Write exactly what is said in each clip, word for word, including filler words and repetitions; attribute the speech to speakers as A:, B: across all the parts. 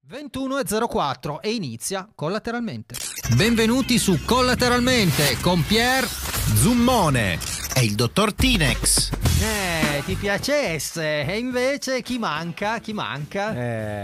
A: ventuno e zero quattro e inizia Collateralmente.
B: Benvenuti su Collateralmente con Pier
C: Zummone e il dottor Tinex.
A: Eh, ti piacesse, e invece chi manca? Chi manca?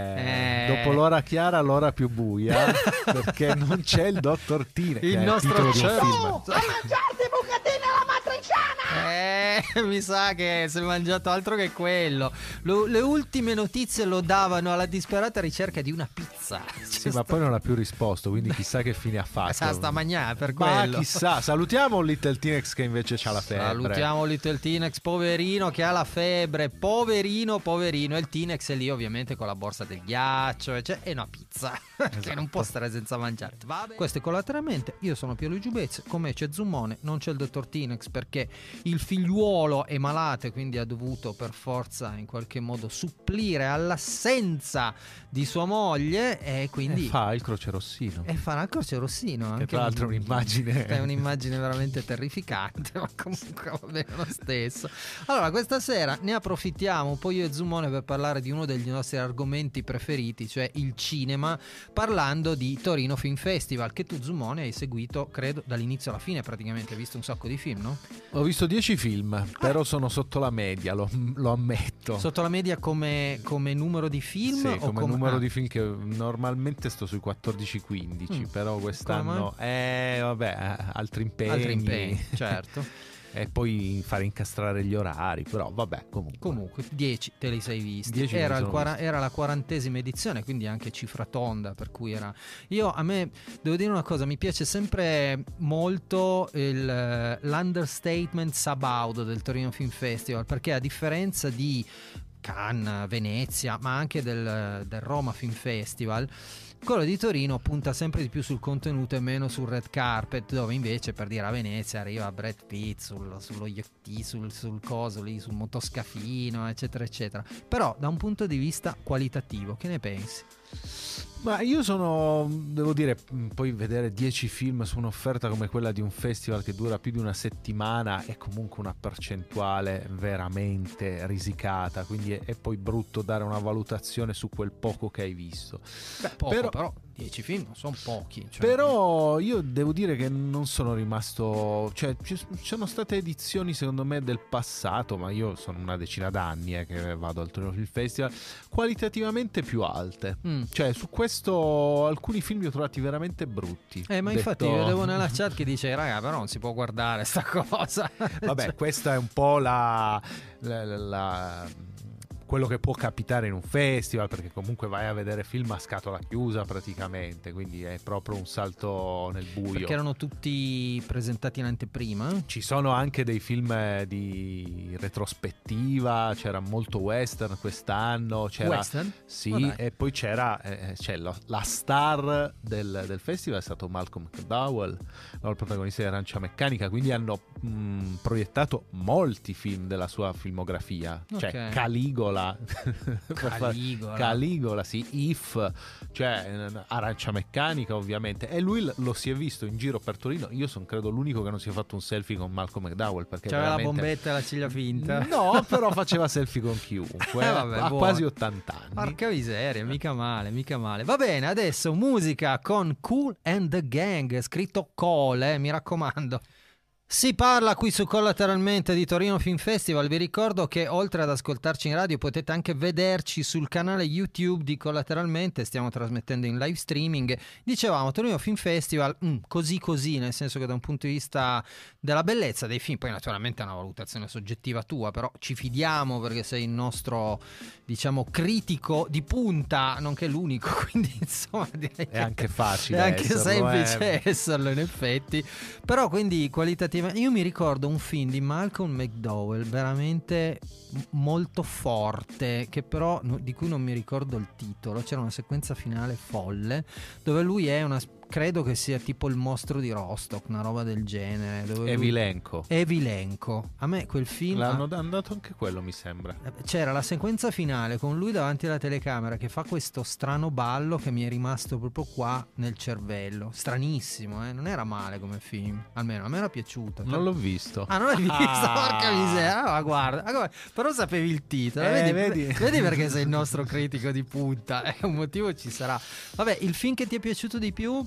D: Eh,
A: Eh.
D: Dopo l'ora chiara, l'ora più buia, perché non c'è il dottor Tinex.
A: Il
D: che è
A: nostro
D: titolo di un
A: chef.
D: film.
E: A mangiarti bucatine alla matriciana!
A: Eh, mi sa che si è mangiato altro che quello. Lo- le ultime notizie lo davano alla disperata ricerca di una pizza.
D: Sì, ma poi non ha più risposto, quindi chissà che fine ha fatto.
A: Sa sta mangiando per
D: Ma
A: quello.
D: chissà, salutiamo Little Tinex che invece c'ha la febbre.
A: Salutiamo Little Tinex, poverino che ha la febbre, poverino, poverino. E il Tinex è lì ovviamente con la borsa del ghiaccio e, c'è, e una pizza che non può stare senza mangiare. Vabbè. Questo è Collateralmente, io sono Pierluigi Bezzi, con me c'è Zummone, non c'è il dottor Tinex perché il figliuolo è malato e quindi ha dovuto per forza in qualche modo supplire all'assenza di sua moglie e quindi...
D: E fa il crocerossino.
A: E farà il crocerossino anche.
D: Che tra l'altro è un'immagine
A: È un'immagine veramente terrificante, ma comunque va bene lo stesso. Allora, questa sera ne approfittiamo un po' io e Zummone per parlare di uno degli nostri argomenti preferiti, cioè il cinema, parlando di Torino Film Festival, che tu, Zummone, hai seguito, credo, dall'inizio alla fine praticamente. Hai visto un sacco di film, no?
D: Ho visto dieci film, però sono sotto la media, lo, lo ammetto.
A: Sotto la media come, come numero di film?
D: Sì,
A: o
D: come,
A: come
D: numero
A: ah.
D: di film che normalmente sto sui quattordici quindici,
A: Mm.
D: però quest'anno eh vabbè, eh, altri impegni.
A: Altri impegni, certo.
D: E poi fare incastrare gli orari, però vabbè, comunque.
A: Comunque, dieci te li sei visti.
D: dieci me li
A: Era, il
D: sono
A: quara-
D: visti.
A: era la quarantesima edizione, quindi anche cifra tonda, per cui era... Io, a me, devo dire una cosa, mi piace sempre molto il, eh, l'understatement sabaudo del Torino Film Festival, perché a differenza di Cannes, Venezia, ma anche del, del Roma Film Festival, quello di Torino punta sempre di più sul contenuto e meno sul red carpet, dove invece, per dire, a Venezia arriva Brad Pitt sul, sullo yacht, sul, sul coso lì, sul motoscafino, eccetera eccetera. Però da un punto di vista qualitativo, che ne pensi?
D: Ma io sono, devo dire, poi vedere dieci film su un'offerta come quella di un festival che dura più di una settimana è comunque una percentuale veramente risicata, quindi è, è poi brutto dare una valutazione su quel poco che hai visto.
A: Beh, poco,
D: Però-
A: però dieci film non sono pochi. Cioè,
D: Però io devo dire che non sono rimasto, cioè ci ci sono state edizioni secondo me del passato, ma io sono una decina d'anni eh, che vado al Torino Film Festival, qualitativamente più alte.
A: Mm.
D: Cioè su questo alcuni film li ho trovati veramente brutti.
A: Eh, ma
D: Detto-
A: infatti vedevo nella chat che dice, raga, però non si può guardare sta cosa.
D: Vabbè,
A: Cioè,
D: questa è un po' la, la- la- la- quello che può capitare in un festival, perché comunque vai a vedere film a scatola chiusa praticamente, quindi è proprio un salto nel buio.
A: perché erano tutti presentati in anteprima?
D: Ci sono anche dei film eh, di retrospettiva, c'era molto western quest'anno, c'era
A: Western?
D: sì,
A: Ma dai.
D: e poi c'era eh, c'è la, la star del, del festival è stato Malcolm McDowell, no, il protagonista di Arancia Meccanica, quindi hanno mh, proiettato molti film della sua filmografia, cioè
A: Ok.
D: Caligola per fare-
A: Caligola.
D: Caligola, sì, If, cioè eh, Arancia Meccanica ovviamente, e lui l- lo si è visto in giro per Torino. Io sono credo l'unico che non si è fatto un selfie con Malcolm McDowell, perché
A: C'aveva la
D: veramente-
A: bombetta e la ciglia finta.
D: No, però faceva selfie con chiunque,
A: Eh, vabbè,
D: ha
A: buono.
D: quasi ottanta anni.
A: Porca miseria, mica male, mica male. Va bene, adesso musica con Kool and the Gang, scritto Cole, eh, mi raccomando. Si parla qui su Collateralmente di Torino Film Festival. Vi ricordo che oltre ad ascoltarci in radio potete anche vederci sul canale YouTube di Collateralmente. Stiamo trasmettendo in live streaming. Dicevamo Torino Film Festival mm, così così, nel senso che da un punto di vista della bellezza dei film, poi naturalmente è una valutazione soggettiva tua, però ci fidiamo perché sei il nostro, diciamo, critico di punta, nonché l'unico, quindi insomma direi
D: È anche facile
A: è anche
D: esserlo,
A: semplice
D: eh.
A: esserlo in effetti. Però quindi qualitativamente io mi ricordo un film di Malcolm McDowell veramente m- molto forte, che però no- di cui non mi ricordo il titolo. C'era una sequenza finale folle dove lui è una credo che sia tipo il mostro di Rostock, una roba del genere. Dove
D: Evilenko.
A: lui... Evilenko. A me quel film...
D: L'hanno ha... dato anche quello, mi sembra.
A: C'era la sequenza finale con lui davanti alla telecamera che fa questo strano ballo che mi è rimasto proprio qua nel cervello. Stranissimo, eh? Non era male come film. Almeno a me era piaciuto.
D: Non l'ho visto.
A: Ah, non l'hai visto?
D: Ah.
A: Porca miseria. Ah, ma guarda, ah, guarda. Però sapevi il titolo.
D: Eh,
A: vedi,
D: vedi?
A: vedi perché sei il nostro critico di punta. Eh, un motivo ci sarà. Vabbè, il film che ti è piaciuto di più?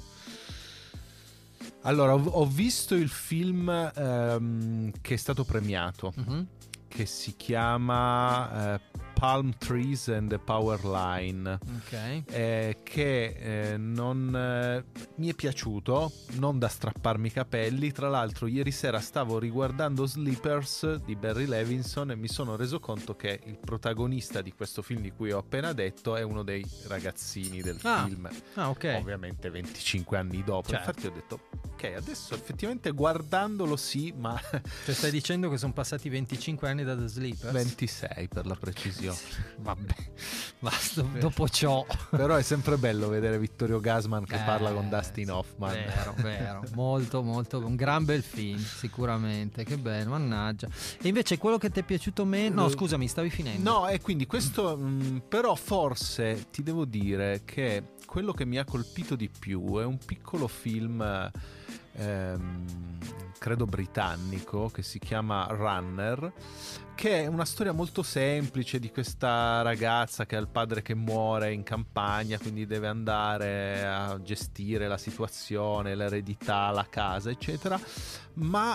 D: Allora, ho, ho visto il film ehm, che è stato premiato,
A: Uh-huh.
D: che si chiama eh, Palm Trees and the Power Line,
A: Ok.
D: eh, che eh, non eh, mi è piaciuto, non da strapparmi i capelli. Tra l'altro ieri sera stavo riguardando Sleepers di Barry Levinson e mi sono reso conto che il protagonista di questo film di cui ho appena detto è uno dei ragazzini del
A: Ah.
D: film,
A: Ah, ok.
D: ovviamente venticinque anni dopo.
A: Certo.
D: Infatti ho detto ok, adesso effettivamente guardandolo sì, ma
A: Cioè stai dicendo che sono passati venticinque anni da The Sleepers?
D: ventisei per la precisione.
A: Vabbè, basta, dopo ciò.
D: Però è sempre bello vedere Vittorio Gassman che
A: Eh,
D: parla con Dustin
A: sì,
D: Hoffman.
A: Vero, vero, molto, molto, un gran bel film, sicuramente, che bello, mannaggia. E invece quello che ti è piaciuto meno, no
D: Eh,
A: scusami, stavi finendo.
D: No, e quindi questo mh, però forse ti devo dire che quello che mi ha colpito di più è un piccolo film ehm, credo britannico che si chiama Runner, che è una storia molto semplice di questa ragazza che ha il padre che muore in campagna, quindi deve andare a gestire la situazione, l'eredità, la casa, eccetera, ma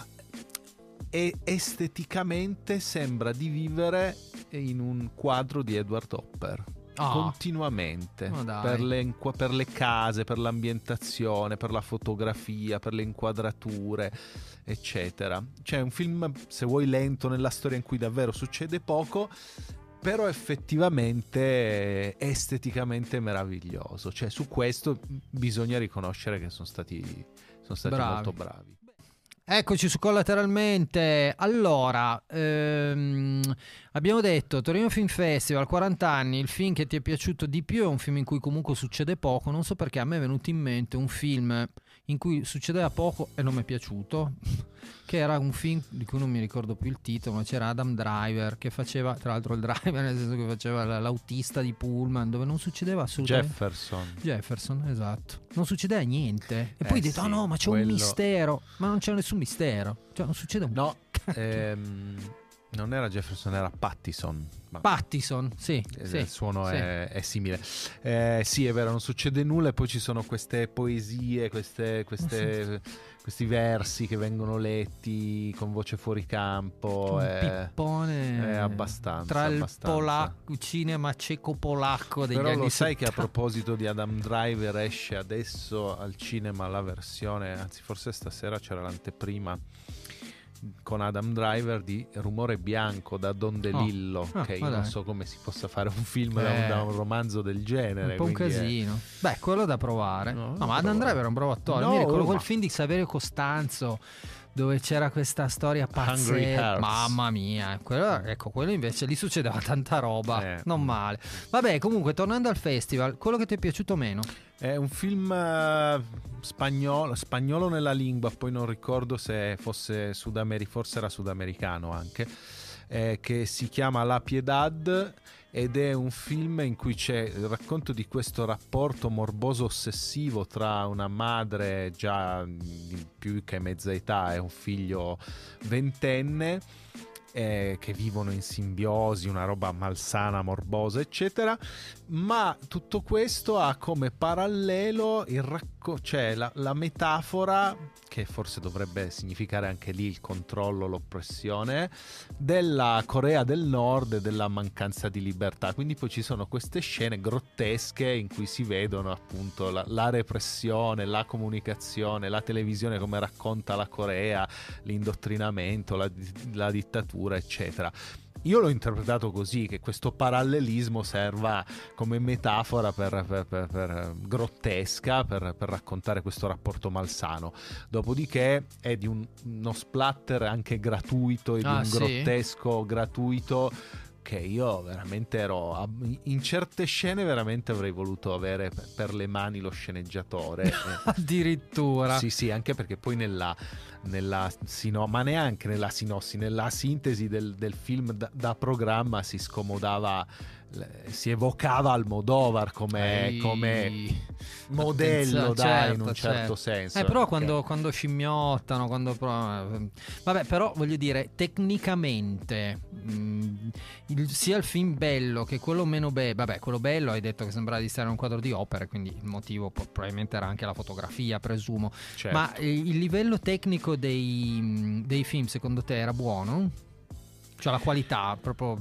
D: e esteticamente sembra di vivere in un quadro di Edward Hopper.
A: Ah.
D: Continuamente
A: Ma dai.
D: per le, inqua- per le case, per l'ambientazione, per la fotografia, per le inquadrature, eccetera. Cioè, è un film, se vuoi, lento nella storia in cui davvero succede poco, però effettivamente esteticamente meraviglioso. Cioè, su questo bisogna riconoscere che sono stati, sono stati
A: Bravi.
D: molto bravi.
A: Eccoci su Collateralmente. Allora, ehm, abbiamo detto Torino Film Festival, quaranta anni, il film che ti è piaciuto di più è un film in cui comunque succede poco. Non so perché a me è venuto in mente un film in cui succedeva poco e non mi è piaciuto, che era un film di cui non mi ricordo più il titolo, ma c'era Adam Driver che faceva, tra l'altro il driver nel senso che faceva l'autista di Pullman, dove non succedeva assolutamente
D: Jefferson.
A: Jefferson, esatto. Non succedeva niente. E
D: Eh
A: poi ho detto,
D: sì,
A: oh no, ma c'è
D: quello-
A: un mistero. Ma non c'è nessun mistero. Cioè, non succede un
D: No, ehm, non era Jefferson, era Pattison. Ma
A: Pattison, sì,
D: eh,
A: sì,
D: il suono
A: sì.
D: è, è simile. Eh, sì, è vero, non succede nulla e poi ci sono queste poesie, queste, queste, questi versi che vengono letti con voce fuori campo.
A: Un
D: eh,
A: pippone
D: è abbastanza,
A: tra il
D: abbastanza.
A: polacco, cinema ceco-polacco degli
D: Però
A: anni
D: lo sai che a
A: settanta.
D: proposito di Adam Driver esce adesso al cinema la versione, anzi forse stasera c'era l'anteprima con Adam Driver di Rumore Bianco da Don DeLillo,
A: Oh. Ah,
D: che io
A: ma
D: non
A: dai.
D: so come si possa fare un film da,
A: Eh.
D: un, da un romanzo del genere.
A: Un po' un
D: quindi è-
A: casino. Beh, quello da provare.
D: No,
A: No,
D: da
A: ma Adam
D: provare.
A: Driver è un bravo attore.
D: No,
A: Mi ricordo
D: ma-
A: quel film di Saverio Costanzo dove c'era questa storia
D: Hungry
A: pazzesca.
D: Hearts.
A: Mamma mia, quello, ecco, quello invece lì succedeva tanta roba.
D: Eh.
A: Non male. Vabbè, comunque, tornando al festival, quello che ti è piaciuto meno?
D: È un film eh, spagnolo, spagnolo nella lingua, poi non ricordo se fosse sudameri- forse era sudamericano anche, eh, che si chiama La Piedad, ed è un film in cui c'è il racconto di questo rapporto morboso ossessivo tra una madre già di più che mezza età e un figlio ventenne, eh, che vivono in simbiosi, una roba malsana, morbosa, eccetera. Ma tutto questo ha come parallelo il racco- cioè la, la metafora, che forse dovrebbe significare anche lì il controllo, l'oppressione, della Corea del Nord e della mancanza di libertà. Quindi poi ci sono queste scene grottesche in cui si vedono appunto la, la repressione, la comunicazione, la televisione come racconta la Corea, l'indottrinamento, la, la dittatura, eccetera. Io l'ho interpretato così, che questo parallelismo serva come metafora per, per, per, per grottesca per, per raccontare questo rapporto malsano. Dopodiché è di un, uno splatter anche gratuito e di
A: Ah,
D: un
A: sì?
D: grottesco gratuito ok, io veramente ero in certe scene veramente avrei voluto avere per le mani lo sceneggiatore.
A: Addirittura.
D: Sì, sì, anche perché poi nella nella sino, ma neanche nella sinossi, nella sintesi del, del film da, da programma si scomodava, si evocava Almodovar come,
A: Ehi,
D: come modello, dai,
A: certo,
D: in un certo
A: certo.
D: senso.
A: Eh, però
D: perché...
A: quando, quando scimmiottano, quando pro- vabbè, però voglio dire, tecnicamente mh, il, sia il film bello che quello meno bello, vabbè, quello bello hai detto che sembrava di stare in un quadro di opera, quindi il motivo po- probabilmente era anche la fotografia, presumo.
D: Certo.
A: Ma eh, il livello tecnico dei, dei film secondo te era buono? Cioè la qualità proprio...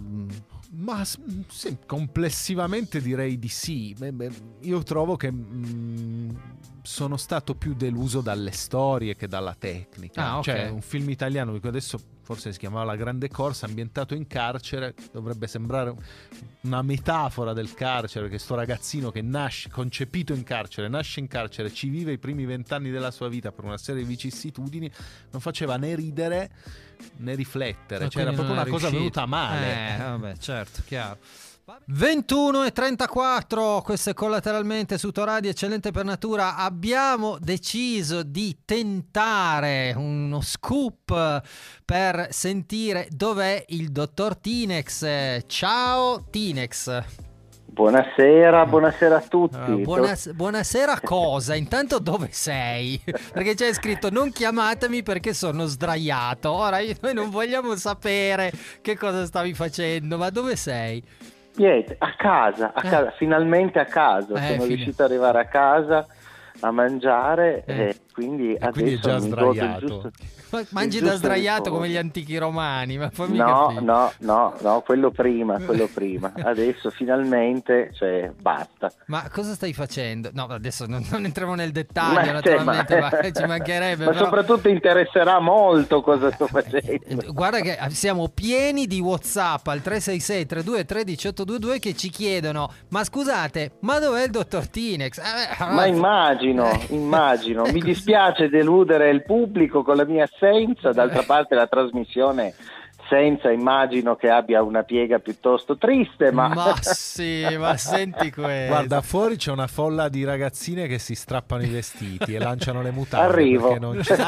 D: Ma sì, complessivamente direi di sì. Beh, beh, io trovo che mh, sono stato più deluso dalle storie che dalla tecnica.
A: Ah, okay.
D: Cioè, un film italiano che adesso forse si chiamava La Grande Corsa, ambientato in carcere, dovrebbe sembrare una metafora del carcere, che sto ragazzino che nasce, concepito in carcere, nasce in carcere, ci vive i primi vent'anni della sua vita per una serie di vicissitudini, non faceva né ridere né riflettere,
A: Ah,
D: cioè era
A: quindi
D: proprio
A: non
D: una
A: è
D: cosa
A: riuscito.
D: venuta male.
A: Eh, vabbè, certo, chiaro. ventuno e trentaquattro, questo è Collateralmente su Toradio, eccellente per natura. Abbiamo deciso di tentare uno scoop per sentire dov'è il dottor Tinex. Ciao Tinex.
F: Buonasera, buonasera a tutti.
A: Uh, buonas- buonasera cosa? Intanto dove sei? Perché c'è scritto non chiamatemi perché sono sdraiato. Ora io- noi non vogliamo sapere che cosa stavi facendo, ma dove sei?
F: Niente, a casa, a
A: Eh.
F: casa, finalmente a casa.
A: Eh,
F: Sono
A: fine-
F: riuscito ad arrivare a casa a mangiare
A: Eh.
F: e quindi
D: E
F: adesso
D: quindi è già
F: mi godo il
D: sdraiato.
F: giusto.
A: Ma mangi
F: il
A: da
F: giusto
A: sdraiato
F: riposo.
A: come gli antichi romani, ma fammi
F: No,
A: capire.
F: no, no, no, quello prima, quello prima. Adesso finalmente, cioè, basta.
A: Ma cosa stai facendo? No, adesso non, non entriamo nel dettaglio,
F: Ma-
A: naturalmente,
F: ma-
A: ma ci mancherebbe.
F: Ma
A: però-
F: soprattutto interesserà molto cosa sto facendo.
A: Eh, Guarda che siamo pieni di WhatsApp al tre sei sei tre due tre uno otto due due che ci chiedono: ma scusate, ma dov'è il dottor Tinex? Eh,
F: Ma immagino,
A: Eh,
F: immagino. Mi
A: ecco.
F: dispiace deludere il pubblico con la mia assenza, d'altra parte la trasmissione senza immagino che abbia una piega piuttosto triste, ma...
A: Ma sì, ma senti questo.
D: Guarda, fuori c'è una folla di ragazzine che si strappano i vestiti e lanciano le mutande.
F: Arrivo.
D: perché non c'è-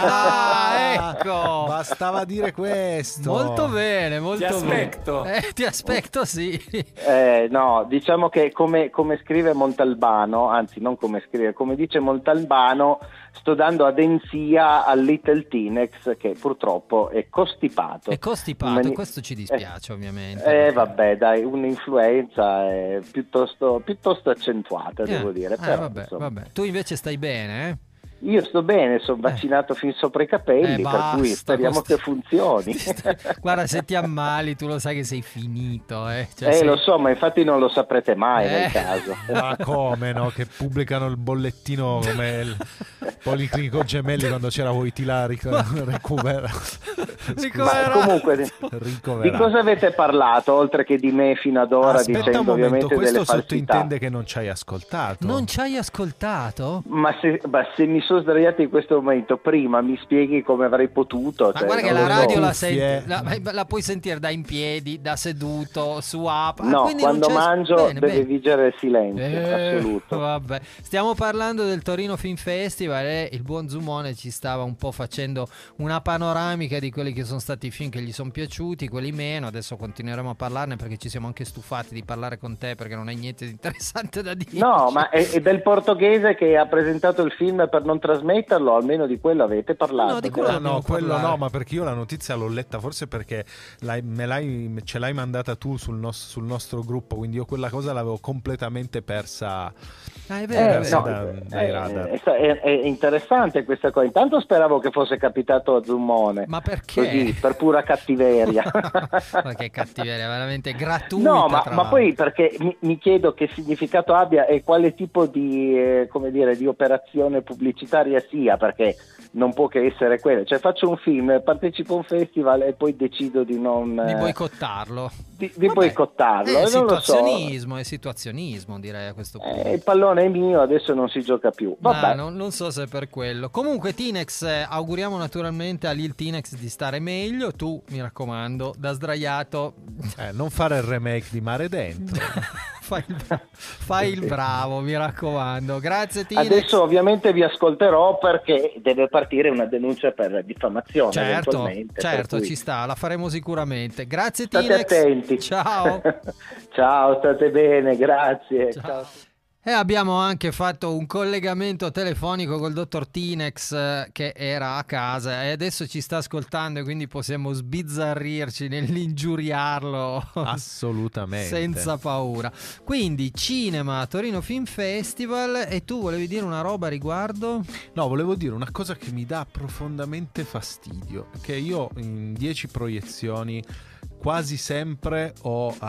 A: Ah, ecco.
D: Bastava dire questo.
A: Molto bene, molto
G: Ti aspetto.
A: bene. Eh, ti aspetto, sì.
F: Eh, no, diciamo che come, come scrive Montalbano, anzi non come scrive, come dice Montalbano, sto dando adenzia al Little Tinex che purtroppo è costipato.
A: È costipato,
F: Mani-
A: questo ci dispiace ovviamente.
F: Eh
A: perché-
F: vabbè, dai, un'influenza eh, piuttosto, piuttosto accentuata,
A: Eh,
F: devo dire.
A: eh,
F: Però,
A: vabbè,
F: insomma,
A: vabbè. Tu invece stai bene, eh?
F: io sto bene, sono vaccinato fin sopra i capelli,
A: Eh,
F: per cui
A: basta,
F: speriamo
A: questo-
F: che funzioni.
A: Guarda, se ti ammali tu lo sai che sei finito, eh? Cioè,
F: eh,
A: sei-
F: lo so, ma infatti non lo saprete mai
A: Eh.
F: nel caso.
D: Ma come no? Che pubblicano il bollettino come il Policlinico Gemelli quando c'era Voitila ric- recupera.
A: Ricoverato.
F: Ma comunque, di
D: Ricoverato.
F: cosa avete parlato, oltre che di me fino ad ora,
D: Aspetta
F: dicendo
D: un momento,
F: ovviamente
D: questo
F: delle falsità?
D: sottintende che non ci hai ascoltato.
A: Non ci hai ascoltato?
F: Ma se, ma se mi sono sdraiato in questo momento, prima mi spieghi come avrei potuto.
A: Ma
F: cioè,
A: guarda che
F: non
A: la
F: lo so.
A: radio la,
D: Cuffie.
A: senti, la, la puoi sentire da in piedi, da seduto, su app. Ah,
F: No,
A: quindi non
F: quando
A: c'è-
F: mangio
A: Bene,
F: deve
A: bene.
F: vigere il silenzio,
A: Eh,
F: assoluto.
A: vabbè. Stiamo parlando del Torino Film Festival e il buon Zumone ci stava un po' facendo una panoramica di quelli che sono stati i film che gli sono piaciuti, quelli meno. Adesso continueremo a parlarne perché ci siamo anche stufati di parlare con te perché non hai niente di interessante da dire.
F: No, ma è, è del portoghese che ha presentato il film per non trasmetterlo, almeno di quello avete parlato.
A: No, di quello
D: No,
A: abbiamo
D: no, quello
A: parlato.
D: no, ma perché io la notizia l'ho letta forse perché l'hai- me l'hai, ce l'hai mandata tu sul, nos- sul nostro gruppo, quindi io quella cosa l'avevo completamente persa.
A: Ah, è
F: Eh,
A: vero, è
D: persa
A: vero.
F: no,
D: da- dai
F: eh,
D: radar.
F: è, è- è interessante questa cosa. Intanto speravo che fosse capitato a Zummone.
A: Ma perché?
F: Così, per pura cattiveria.
A: Ma che cattiveria, veramente gratuita.
F: No, ma,
A: tra
F: ma
A: l'altro.
F: poi perché mi, mi chiedo che significato abbia e quale tipo di, eh, come dire, di operazione pubblicitaria sia, perché non può che essere quello. Cioè faccio un film, partecipo a un festival e poi decido di non...
A: Di
F: eh,
A: boicottarlo.
F: di, di
A: Vabbè,
F: boicottarlo.
A: È
F: eh, non lo so.
A: situazionismo, è situazionismo direi a questo punto.
F: Eh, il pallone non è mio, adesso non si gioca più. Vabbè.
A: No, non, non so se è per quello. Comunque Tinex, eh, auguriamo naturalmente a Lil Tinex di stare meglio. Tu, mi raccomando, da sdraiato
D: Eh, non fare il remake di Mare Dentro.
A: fai, il bra- fai il bravo, mi raccomando. Grazie Tinex.
F: Adesso ovviamente vi ascolterò perché deve partire una denuncia per diffamazione.
A: Certo,
F: eventualmente,
A: certo,
F: per cui
A: ci sta, la faremo sicuramente. Grazie
F: state
A: Tinex.
F: attenti.
A: Ciao.
F: Ciao, state bene, grazie.
A: Ciao.
F: Ciao.
A: E abbiamo anche fatto un collegamento telefonico col dottor Tinex, eh, che era a casa e adesso ci sta ascoltando, e quindi possiamo sbizzarrirci nell'ingiuriarlo
D: Assolutamente.
A: senza paura. Quindi cinema, Torino Film Festival, e tu volevi dire una roba a riguardo?
D: No, volevo dire una cosa che mi dà profondamente fastidio, che io in dieci proiezioni quasi sempre ho eh,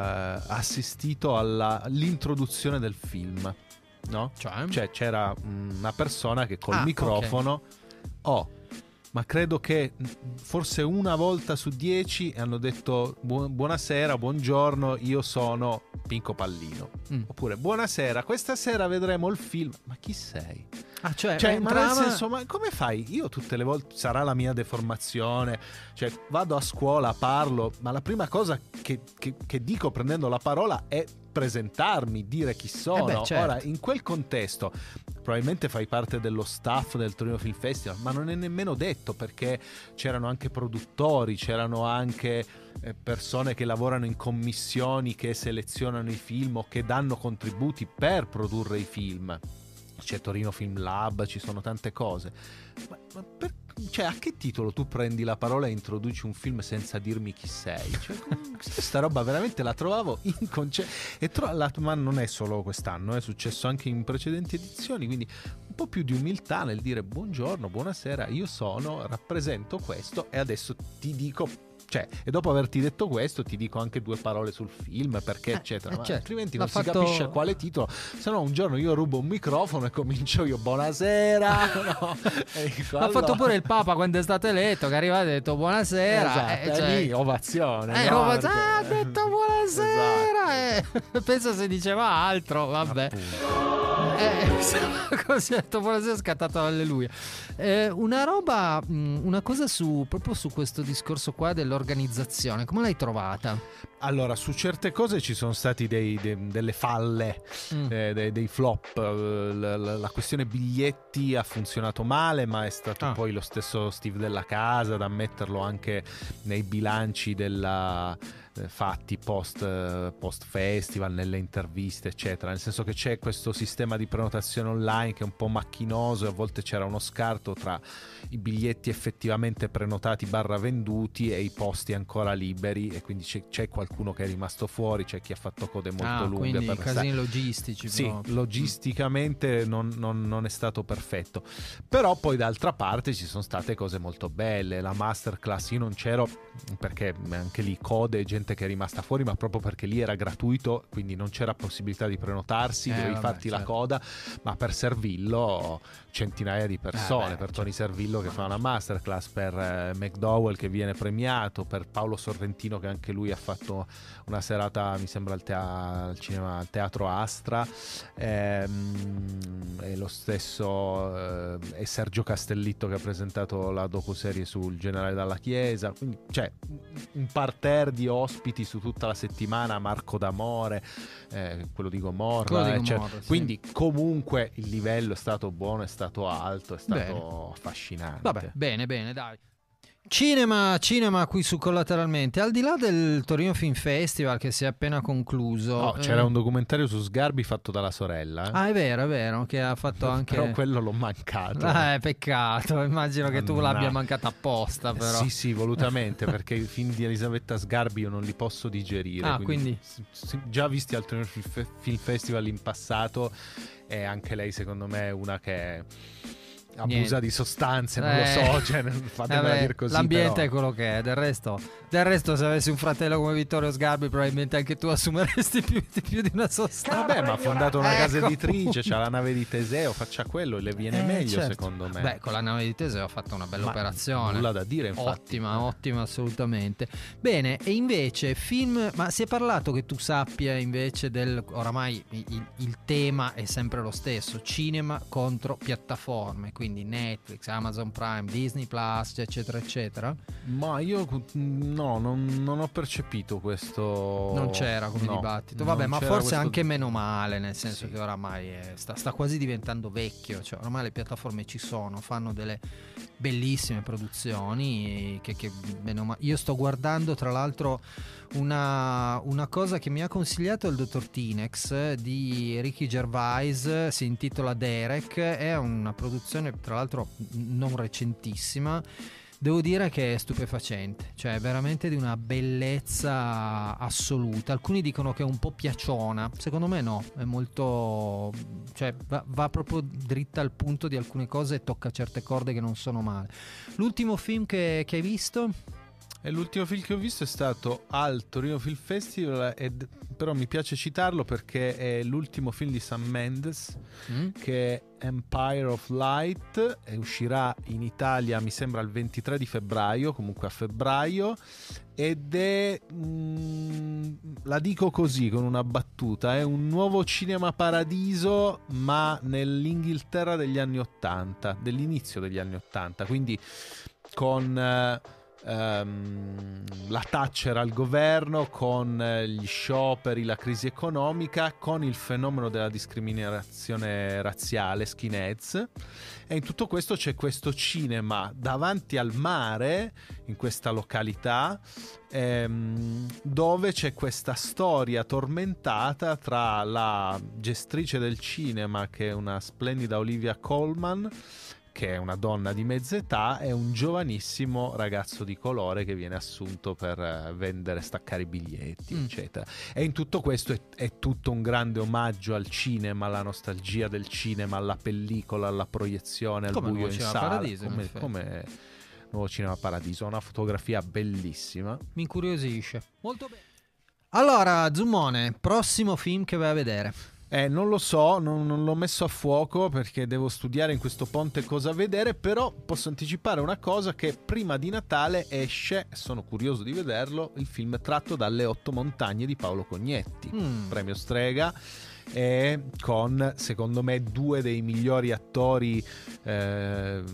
D: assistito alla, all'introduzione del film, no?
A: Cioè?
D: Cioè c'era una persona che col
A: Ah,
D: microfono oh, ma credo che forse una volta su dieci hanno detto "Bu- buonasera, buongiorno, io sono Pinco Pallino",
A: Mm.
D: oppure "buonasera, questa sera vedremo il film". Ma chi sei?
A: Ah, cioè,
D: Cioè, ma nel
A: entrava-
D: senso, ma come fai? Io tutte le volte, sarà la mia deformazione, cioè vado a scuola, parlo, ma la prima cosa che, che- che dico prendendo la parola è presentarmi, dire chi sono.
A: Eh beh, certo.
D: Ora, in quel contesto, probabilmente fai parte dello staff del Torino Film Festival, ma non è nemmeno detto, perché c'erano anche produttori, c'erano anche eh, persone che lavorano in commissioni che selezionano i film o che danno contributi per produrre i film. C'è Torino Film Lab, ci sono tante cose. Ma, ma per, cioè, a che titolo tu prendi la parola e introduci un film senza dirmi chi sei? Cioè, questa roba veramente la trovavo inconce- e tro- la- ma non è solo quest'anno, è successo anche in precedenti edizioni, quindi un po' più di umiltà nel dire buongiorno, buonasera, io sono, rappresento questo e adesso ti dico, cioè, e dopo averti detto questo ti dico anche due parole sul film, perché
A: Eh,
D: eccetera,
A: eh,
D: ma
A: certo.
D: altrimenti
A: L'ha
D: non
A: fatto-
D: si capisce quale titolo, se no un giorno io rubo un microfono e comincio io buonasera, no? E dico,
A: L'ha fatto
D: allora-
A: pure il Papa quando è stato eletto, che arriva e ha detto buonasera.
D: Esatto,
A: eh,
D: e
A: cioè-
D: lì ovazione,
A: Eh,
D: no?
A: oh, ma-
D: Perché-
A: ah, ha detto buonasera. eh. Penso se diceva altro, vabbè. Eh, così ha detto buonasera, è scattato alleluia. Eh, una roba, mh, una cosa su proprio su questo discorso qua dell'organizzazione, come l'hai trovata?
D: Allora, su certe cose ci sono stati dei- dei- delle falle,
A: Mm.
D: eh, dei, dei flop. Eh, La, la- la questione biglietti ha funzionato male, ma è stato
A: Ah.
D: poi lo stesso Steve Della Casa ad ammetterlo anche nei bilanci della eh, fatti post, eh, post festival, nelle interviste eccetera, nel senso che c'è questo sistema di prenotazione online che è un po' macchinoso e a volte c'era uno scarto tra i biglietti effettivamente prenotati barra venduti e i posti ancora liberi, e quindi c'è, c'è qualcuno che è rimasto fuori, c'è chi ha fatto code molto
A: Ah,
D: lunghe
A: quindi
D: per
A: casini logistici.
D: sì,
A: proprio.
D: logisticamente non, non- non è stato perfetto, però poi d'altra parte ci sono state cose molto belle. La masterclass, io non c'ero perché anche lì code e gente che è rimasta fuori, ma proprio perché lì era gratuito, quindi non c'era possibilità di prenotarsi,
A: Eh,
D: dovevi
A: vabbè,
D: farti la
A: certo.
D: coda, ma per Servillo centinaia di persone,
A: Eh, beh,
D: per Tony
A: certo.
D: Servillo che fa una masterclass, per eh, McDowell che viene premiato, per Paolo Sorrentino che anche lui ha fatto una serata, mi sembra al, tea- al cinema, al Teatro Astra, ehm, e lo stesso eh, è Sergio Castellitto che ha presentato la docuserie sul generale Dalla Chiesa, quindi c'è un parterre di ospiti su tutta la settimana, Marco D'Amore, eh, quello di Gomorra,
A: Quello di
D: eccetera.
A: Gomorra, sì.
D: Quindi comunque il livello è stato buono, è stato alto, è stato
A: Bene.
D: affascinante.
A: Vabbè, bene, bene, dai. Cinema, cinema qui su Collateralmente. Al di là del Torino Film Festival che si è appena concluso,
D: Oh,
A: eh,
D: c'era un documentario su Sgarbi fatto dalla sorella, eh.
A: Ah, è vero, è vero, che ha fatto anche.
D: Però quello l'ho mancato.
A: Eh, peccato, immagino che tu
D: Mannaggia.
A: l'abbia mancata apposta, però.
D: Sì, sì, volutamente, perché i film di Elisabetta Sgarbi io non li posso digerire.
A: Ah, quindi-
D: s- s- già visti al Torino Film Fe- Film Festival in passato, e anche lei secondo me è una che abusa
A: Niente.
D: di sostanze, non
A: Eh,
D: lo so, cioè, fatemela
A: vabbè,
D: dire così.
A: l'ambiente
D: però.
A: è quello che è, del resto, del resto se avessi un fratello come Vittorio Sgarbi probabilmente anche tu assumeresti più, di- più di una sostanza.
D: Vabbè, ma ha fondato una
A: Ecco,
D: casa editrice,
A: appunto.
D: c'ha la nave di Teseo, faccia quello, le viene
A: Eh,
D: meglio
A: certo.
D: secondo me.
A: Beh, con la nave di Teseo ha fatto una bella
D: Ma
A: operazione.
D: nulla da dire, infatti.
A: Ottima, ottima assolutamente. Bene, e invece film, ma si è parlato che tu sappia invece del, oramai il, il tema è sempre lo stesso, cinema contro piattaforme, quindi Netflix, Amazon Prime, Disney Plus, eccetera eccetera.
D: Ma io no, non, non ho percepito questo.
A: Non c'era come
D: No,
A: dibattito,
D: non
A: vabbè, ma
D: c'era
A: forse
D: questo-
A: anche meno male, nel senso
D: Sì.
A: che oramai è- sta, sta quasi diventando vecchio, cioè oramai le piattaforme ci sono, fanno delle bellissime produzioni che, che bene o male- io sto guardando tra l'altro una, una cosa che mi ha consigliato il dottor Tinex di Ricky Gervais, si intitola Derek, è una produzione tra l'altro non recentissima. Devo dire che è stupefacente, cioè è veramente di una bellezza assoluta. Alcuni dicono che è un po' piaciona, secondo me no, è molto, cioè va, va proprio dritta al punto di alcune cose e tocca certe corde che non sono male. L'ultimo film che, che hai visto?
D: E l'ultimo film che ho visto è stato al Torino Film Festival, ed, però mi piace citarlo perché è l'ultimo film di Sam Mendes,
A: Mm?
D: che è Empire of Light, e uscirà in Italia mi sembra il ventitré di febbraio, comunque a febbraio, ed è mm, la dico così con una battuta, è un nuovo cinema paradiso ma nell'Inghilterra degli anni ottanta, dell'inizio degli anni ottanta, quindi con eh, ehm, la Thatcher al governo, con eh, gli scioperi, la crisi economica, con il fenomeno della discriminazione razziale, skinheads, e in tutto questo c'è questo cinema davanti al mare, in questa località, ehm, dove c'è questa storia tormentata tra la gestrice del cinema, che è una splendida Olivia Colman, che è una donna di mezza età, e un giovanissimo ragazzo di colore che viene assunto per eh, vendere, staccare i biglietti,
A: Mm.
D: eccetera. E in tutto questo è, è tutto un grande omaggio al cinema, alla nostalgia del cinema, alla pellicola, alla proiezione, al
A: Come
D: buio
A: Nuovo
D: in
A: Cinema
D: sala,
A: Paradiso, in
D: come,
A: effetti.
D: come Nuovo Cinema Paradiso, una fotografia bellissima.
A: Mi incuriosisce. Molto bene. Allora, Zummone, prossimo film che vai a vedere?
D: Eh, non lo so, non, non l'ho messo a fuoco perché devo studiare in questo ponte cosa vedere, però posso anticipare una cosa, che prima di Natale esce, sono curioso di vederlo, il film tratto dalle Otto Montagne di Paolo Cognetti,
A: Mm.
D: premio Strega, e con secondo me due dei migliori attori eh,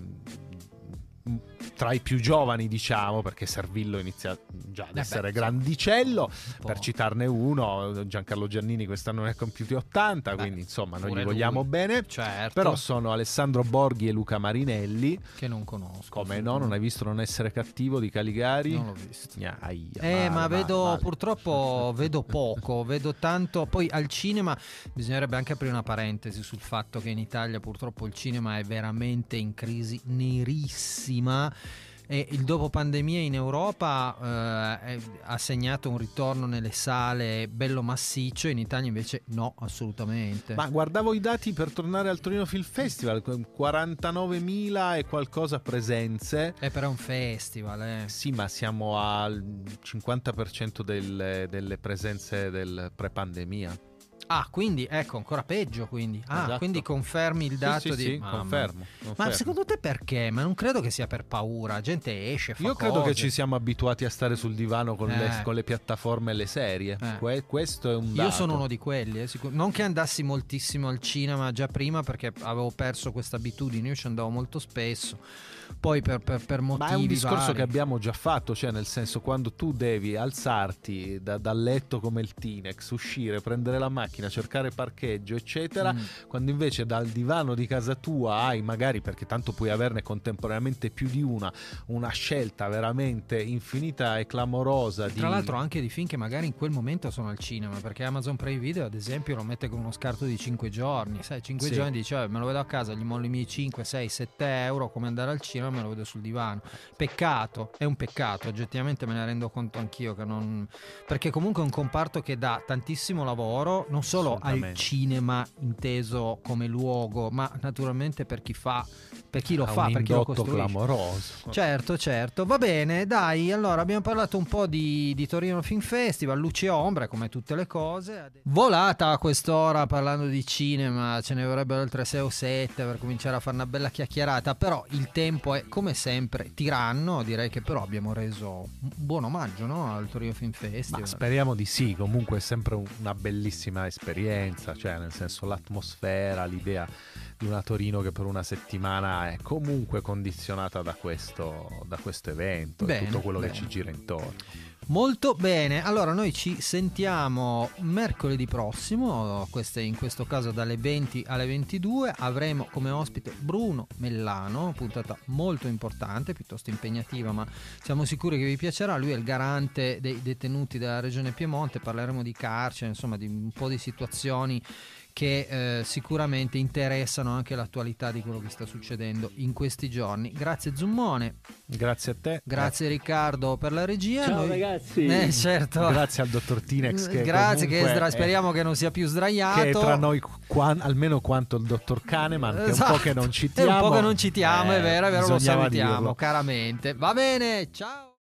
D: tra i più giovani, diciamo, perché Servillo inizia già ad
A: beh,
D: essere
A: sì.
D: grandicello,
A: Un po'.
D: per citarne uno. Giancarlo Giannini quest'anno ne ha compiuti ottanta,
A: Beh,
D: quindi insomma noi
A: pure
D: gli vogliamo
A: lui.
D: bene.
A: Certo.
D: Però sono Alessandro Borghi e Luca Marinelli.
A: Che non conosco.
D: Come no, non hai visto Non essere cattivo di Caligari?
A: Non l'ho visto.
D: Gna, aia,
A: Eh,
D: male,
A: ma
D: male,
A: vedo
D: male.
A: purtroppo vedo poco, vedo tanto. Poi al cinema bisognerebbe anche aprire una parentesi sul fatto che in Italia purtroppo il cinema è veramente in crisi nerissima. E il dopo pandemia in Europa eh, è- ha segnato un ritorno nelle sale bello massiccio, in Italia invece no, assolutamente.
D: Ma guardavo i dati per tornare al Torino Film Festival, con quarantanovemila e qualcosa presenze.
A: È per un festival, eh.
D: Sì, ma siamo al cinquanta per cento delle, delle presenze del pre-pandemia.
A: Ah, quindi ecco, ancora peggio quindi. Ah,
D: Esatto.
A: quindi confermi il dato
D: sì, sì,
A: di...
D: sì,
A: Mamma.
D: confermo,
A: Ma
D: confermo.
A: secondo te perché? Ma non credo che sia per paura, la gente esce, fa
D: Io credo
A: cose.
D: che ci siamo abituati a stare sul divano con, le,
A: Eh.
D: con le piattaforme e le serie.
A: Eh.
D: Que- questo è un dato.
A: Io sono uno di quelli, eh, sicur- non che andassi moltissimo al cinema già prima, perché avevo perso questa abitudine, io ci andavo molto spesso, poi per, per, per motivi
D: Ma è un discorso
A: vari.
D: che abbiamo già fatto, cioè nel senso, quando tu devi alzarti da- dal letto come il Tinex, uscire, prendere la macchina, cercare parcheggio, eccetera,
A: Mm.
D: quando invece dal divano di casa tua hai, magari, perché tanto puoi averne contemporaneamente più di una, una scelta veramente infinita e clamorosa di...
A: Tra l'altro anche di film che magari in quel momento sono al cinema, perché Amazon Prime Video ad esempio lo mette con uno scarto di cinque giorni, sai, cinque
D: Sì.
A: giorni dice "Vabbè, me lo vedo a casa, gli mollo i miei cinque, sei, sette euro come andare al cinema, me lo vedo sul divano". Peccato, è un peccato, oggettivamente me ne rendo conto anch'io che non, perché comunque è un comparto che dà tantissimo lavoro, non solo al
D: Assolutamente.
A: cinema inteso come luogo, ma naturalmente per chi fa, per chi lo
D: Ha
A: fa,
D: un
A: per chi lo
D: indotto
A: costruisce.
D: clamoroso.
A: Certo, certo, va bene, dai, allora abbiamo parlato un po' di, di Torino Film Festival, luci e ombre come tutte le cose. Volata a quest'ora parlando di cinema, ce ne vorrebbero altre sei o sette per cominciare a fare una bella chiacchierata, però il tempo è come sempre tiranno, direi che però abbiamo reso un buon omaggio, no, al Torino Film Festival.
D: Ma speriamo di sì, comunque è sempre un- una bellissima esperienza, cioè nel senso l'atmosfera, l'idea di una Torino che per una settimana è comunque condizionata da questo, da questo evento
A: Bene,
D: e tutto quello
A: bene.
D: che ci gira intorno.
A: Molto bene, allora noi ci sentiamo mercoledì prossimo, queste, in questo caso dalle venti alle ventidue, avremo come ospite Bruno Mellano, puntata molto importante, piuttosto impegnativa, ma siamo sicuri che vi piacerà. Lui è il garante dei detenuti della regione Piemonte, parleremo di carcere, insomma di un po' di situazioni che eh, sicuramente interessano anche l'attualità di quello che sta succedendo in questi giorni. Grazie Zummone,
D: Grazie a te.
A: grazie Riccardo per la regia.
G: Ciao
A: Noi-
G: ragazzi.
A: Eh, certo.
D: Grazie al dottor Tinex che
A: Grazie, che
D: comunque
A: sdra-
D: è-
A: speriamo che non sia più sdraiato.
D: che è tra noi quan- almeno quanto il dottor Kahneman, che è un
A: Esatto.
D: po' che non
A: È
D: citiamo.
A: un po' che non citiamo, è
D: Eh,
A: vero, è vero, lo
D: bisognava
A: salutiamo
D: dirlo.
A: caramente. Va bene, ciao.